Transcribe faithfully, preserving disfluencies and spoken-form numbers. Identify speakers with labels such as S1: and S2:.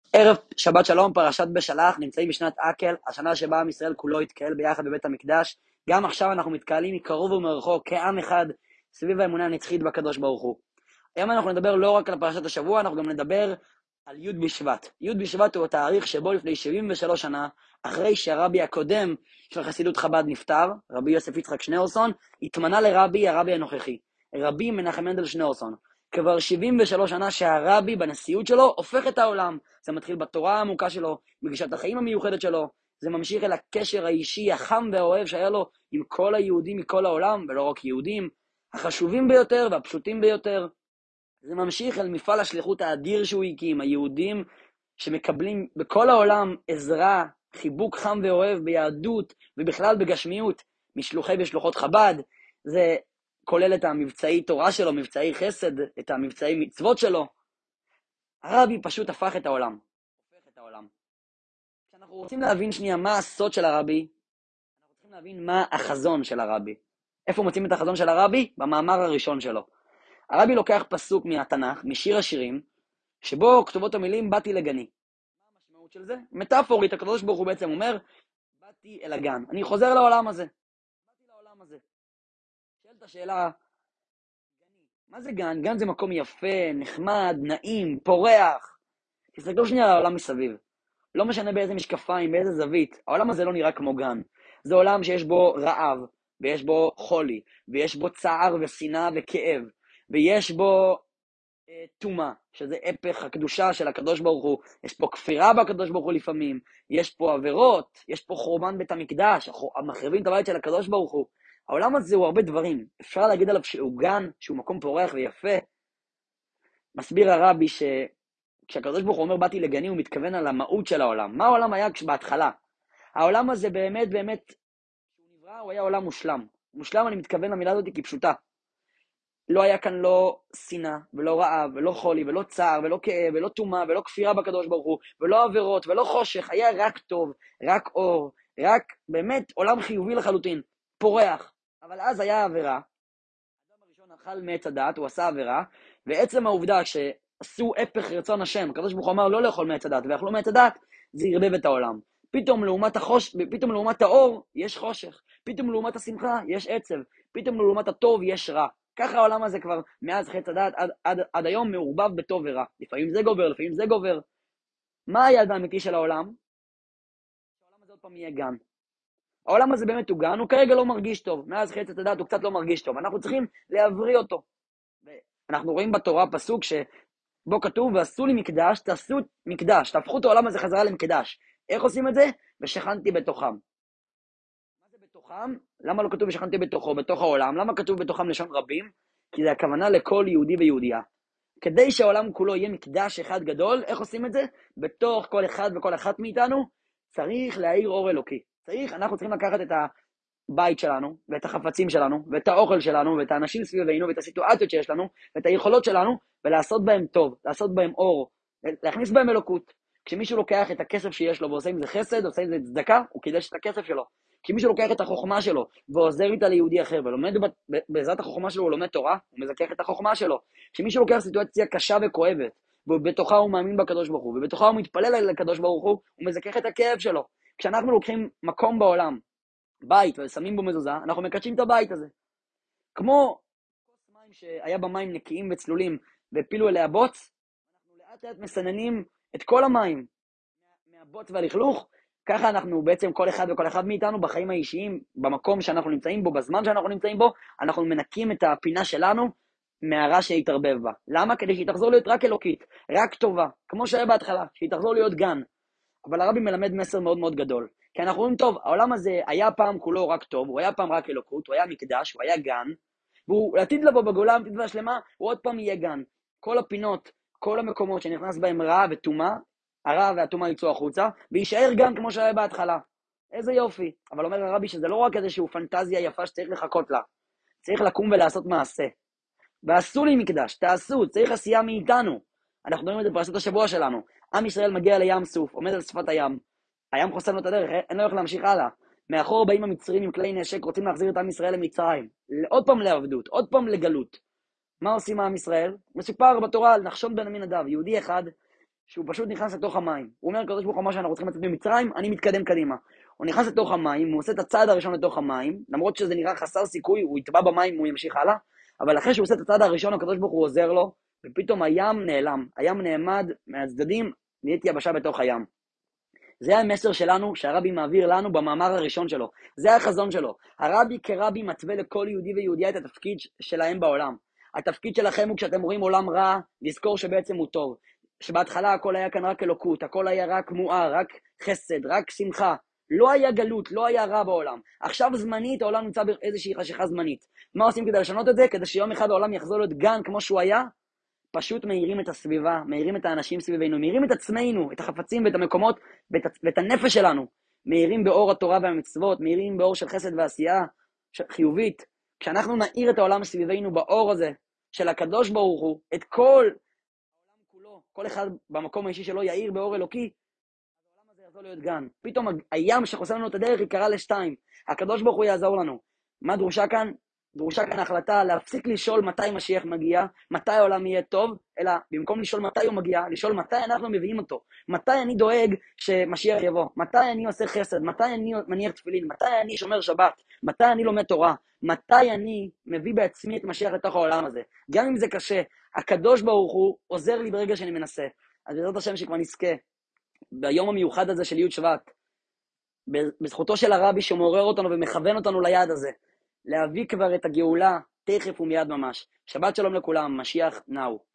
S1: ערב שבת שלום, פרשת בשלח, נמצאים בשנת עקל, השנה שבה עם ישראל כולו התקהל ביחד בבית המקדש. גם עכשיו אנחנו מתקהלים מקרוב ומרחוק, כעם אחד, סביב האמונה הנצחית בקדוש ברוך הוא. היום אנחנו נדבר לא רק על פרשת השבוע, אנחנו גם נדבר על י' בשבט. י' בשבט הוא התאריך שבו לפני שבעים ושלוש שנה, אחרי שהרבי הקודם של חסידות חב"ד נפטר, רבי יוסף יצחק שניאורסון, התמנה לרבי הרבי הנוכחי, רבי מנחם מנדל שניאורסון. כבר שבעים ושלוש שנה שהרבי בנשיאות שלו הופך את העולם. זה מתחיל בתורה העמוקה שלו, בגישת החיים המיוחדת שלו, זה ממשיך אל הקשר האישי החם והאוהב שהיה לו עם כל היהודים מכל העולם, ולא רק יהודים, החשובים ביותר והפשוטים ביותר. זה ממשיך אל מפעל השליחות האדיר שהוא הקים, היהודים שמקבלים בכל העולם עזרה, חיבוק חם ואוהב ביהדות ובכלל בגשמיות, משלוחי ושלוחות חב"ד. זה כולל את המבצעי תורה שלו, מבצעי חסד, את המבצעי מצוות שלו. הרבי פשוט הפך את העולם. הופך את העולם. כשאנחנו רוצים להבין שנייה מה הסוד של הרבי, אנחנו צריכים להבין מה החזון של הרבי. איפה מוצאים את החזון של הרבי? במאמר הראשון שלו. הרבי לוקח פסוק מהתנ"ך, משיר השירים, שבו כתובות המילים באתי לגני. מה המשמעות של זה? מטאפורית, הקדוש ברוך הוא בעצם אומר, באתי אל הגן. אני חוזר לעולם הזה. באתי לעולם הזה. שאלת השאלה, מה זה גן? גן זה מקום יפה, נחמד, נעים, פורח. תסתכלו שנייה על העולם מסביב. לא משנה באיזה משקפיים, באיזה זווית. העולם הזה לא נראה כמו גן. זה עולם שיש בו רעב, ויש בו חולי, ויש בו צער ושנאה וכאב, ויש בו אה, תומה, שזה הפך הקדושה של הקדוש ברוך הוא. יש פה כפירה בקדוש ברוך הוא לפעמים, יש פה עבירות, יש פה חורבן בית המקדש, המחריבים את הבית של הקדוש ברוך הוא. העולם הזה הוא הרבה דברים. אפשר להגיד עליו שהוא גן, שהוא מקום פורח ויפה. מסביר הרבי שכשהקדוש ברוך הוא אומר באתי לגני, הוא מתכוון על המהות של העולם. מה העולם היה בהתחלה? העולם הזה באמת באמת, כשהוא נברא, הוא היה עולם מושלם. מושלם, אני מתכוון למילה הזאת כפשוטה. לא היה כאן לא שנאה, ולא רעב, ולא חולי, ולא צער, ולא כאב, ולא תומה, ולא כפירה בקדוש ברוך הוא, ולא עבירות, ולא חושך. היה רק טוב, רק אור, רק באמת עולם חיובי לחלוטין, פורח. אבל אז היה עבירה. האדם הראשון אכל מעץ הדעת, הוא עשה עבירה, ועצם העובדה שעשו הפך רצון השם, הקדוש ברוך הוא אמר לא לאכול מעץ הדעת, ואכלו מעץ הדעת, זה ירבב את העולם. פתאום לעומת החוש... פתאום לעומת האור יש חושך, פתאום לעומת השמחה יש עצב, פתאום לעומת הטוב יש רע. ככה העולם הזה כבר מאז חץ הדעת עד, עד, עד היום מעורבב בטוב ורע. לפעמים זה גובר, לפעמים זה גובר. מה היעד האמיתי של העולם? העולם הזה עוד פעם יהיה גן. העולם הזה באמת הוא גן, הוא כרגע לא מרגיש טוב. מאז חץ הדעת הוא קצת לא מרגיש טוב. אנחנו צריכים להבריא אותו. אנחנו רואים בתורה פסוק שבו כתוב, ועשו לי מקדש, תעשו מקדש, תהפכו את העולם הזה חזרה למקדש. איך עושים את זה? ושכנתי בתוכם. מה זה בתוכם? למה לא כתוב ושכנתי בתוכו, בתוך העולם? למה כתוב בתוכם לשון רבים? כי זה הכוונה לכל יהודי ויהודייה. כדי שהעולם כולו יהיה מקדש אחד גדול, איך עושים את זה? בתוך כל אחד וכל אחת מאיתנו, צריך להאיר אור אלוקי. צריך, אנחנו צריכים לקחת את הבית שלנו, ואת החפצים שלנו, ואת האוכל שלנו, ואת האנשים סביבנו, ואת הסיטואציות שיש לנו, ואת היכולות שלנו, ולעשות בהם טוב, לעשות בהם אור, להכניס בהם אלוקות. כשמישהו לוקח את הכסף שיש לו ועושה עם זה חסד, עושה עם זה צדקה, הוא קידש את הכסף שלו. כשמישהו לוקח את החוכמה שלו ועוזר איתה ליהודי אחר, ולומד בעזרת החוכמה שלו, הוא לומד תורה, הוא מזכך את החוכמה שלו. כשמישהו לוקח סיטואציה קשה וכואבת, ובתוכה הוא מאמין בקדוש ברוך הוא, ובתוכה הוא מתפלל לקדוש ברוך הוא, הוא מזכך את הכאב שלו. כשאנחנו לוקחים מקום בעולם, בית, ושמים בו מזוזה, אנחנו מקדשים את הבית הזה. כמו כוס מים שהיה במים נקיים וצלולים, והפילו אליה בוץ, אנחנו לאט לאט מסננים את כל המים מהבוץ והלכלוך. ככה אנחנו בעצם, כל אחד וכל אחד מאיתנו בחיים האישיים, במקום שאנחנו נמצאים בו, בזמן שאנחנו נמצאים בו, אנחנו מנקים את הפינה שלנו מהרע שהתערבב בה. למה? כדי שהיא תחזור להיות רק אלוקית, רק טובה, כמו שהיה בהתחלה, שהיא תחזור להיות גן. אבל הרבי מלמד מסר מאוד מאוד גדול. כי אנחנו רואים טוב, העולם הזה היה פעם כולו רק טוב, הוא היה פעם רק אלוקות, הוא היה מקדש, הוא היה גן, והוא עתיד לבוא בגאולה האמיתית והשלמה, הוא עוד פעם יהיה גן. כל הפינות, כל המקומות שנכנס בהם רע וטומאה, הרע והטומאה יצאו החוצה, ויישאר גן כמו שהיה בהתחלה. איזה יופי. אבל אומר הרבי שזה לא רק איזשהו פנטזיה יפה שצריך לחכות לה. צריך לקום ולעשות מעשה. ועשו לי מקדש, תעשו, צריך עשייה מאיתנו. אנחנו מדברים את זה בפרשת השבוע שלנו. עם ישראל מגיע לים סוף, עומד על שפת הים. הים חוסם לו את הדרך, אין לו איך להמשיך הלאה. מאחור באים המצרים עם כלי נשק, רוצים להחזיר את עם ישראל למצרים. עוד פעם לעבדות, עוד פעם לגלות. מה עושים עם ישראל? מסופר בתורה על נחשון בן עמינדב, יהודי אחד שהוא פשוט נכנס לתוך המים. הוא אומר, הקדוש ברוך הוא אמר שאנחנו צריכים לצאת ממצרים, אני מתקדם קדימה. הוא נכנס לתוך המים, הוא עושה את הצעד הראשון לתוך המים, למרות שזה נראה חסר סיכוי, הוא יטבע במים, הוא ימשיך הלאה, אבל אחרי שהוא עושה את הצעד הראשון, הקדוש ברוך הוא עוזר לו, ופתאום הים נעלם. הים נעמד מהצדדים, נהייתי יבשה בתוך הים. זה המסר שלנו, שהרבי מעביר לנו במאמר הראשון שלו. זה החזון שלו. הרבי כרבי מתווה לכל יהודי ויהודיה את התפקיד שלהם בעולם. התפקיד שלכם הוא כשאתם רואים עולם רע, לזכור שבעצם הוא טוב. שבהתחלה הכל היה כאן רק אלוקות, הכל היה רק מואר, רק חסד, רק שמחה. לא היה גלות, לא היה רע בעולם. עכשיו זמנית, העולם נמצא באיזושהי חשיכה זמנית. מה עושים כדי לשנות את זה? כדי שיום אחד העולם יחזור להיות גן כמו שהוא היה? פשוט מאירים את הסביבה, מאירים את האנשים סביבנו, מאירים את עצמנו, את החפצים ואת המקומות ואת, ואת הנפש שלנו. מאירים באור התורה והמצוות, מאירים באור של חסד ועשייה חיובית. כשאנחנו נאיר את העולם סביבנו באור הזה של הקדוש ברוך הוא, את כל העולם כולו, כל אחד במקום האישי שלו יאיר באור אלוקי, העולם הזה יעזור להיות גן. פתאום הים שחוסם לנו את הדרך יקרה לשתיים. הקדוש ברוך הוא יעזור לנו. מה דרושה כאן? דרושה כאן החלטה להפסיק לשאול מתי משיח מגיע, מתי העולם יהיה טוב, אלא במקום לשאול מתי הוא מגיע, לשאול מתי אנחנו מביאים אותו, מתי אני דואג שמשיח יבוא, מתי אני עושה חסד, מתי אני מניח תפילין, מתי אני שומר שבת, מתי אני לומד תורה, מתי אני מביא בעצמי את משיח לתוך העולם הזה. גם אם זה קשה, הקדוש ברוך הוא עוזר לי ברגע שאני מנסה. אז בעזרת השם שכבר נזכה, ביום המיוחד הזה של י' שבט, בזכותו של הרבי שמעורר אותנו ומכוון אותנו ליעד הזה, להביא כבר את הגאולה תכף ומיד ממש. שבת שלום לכולם, משיח נאו.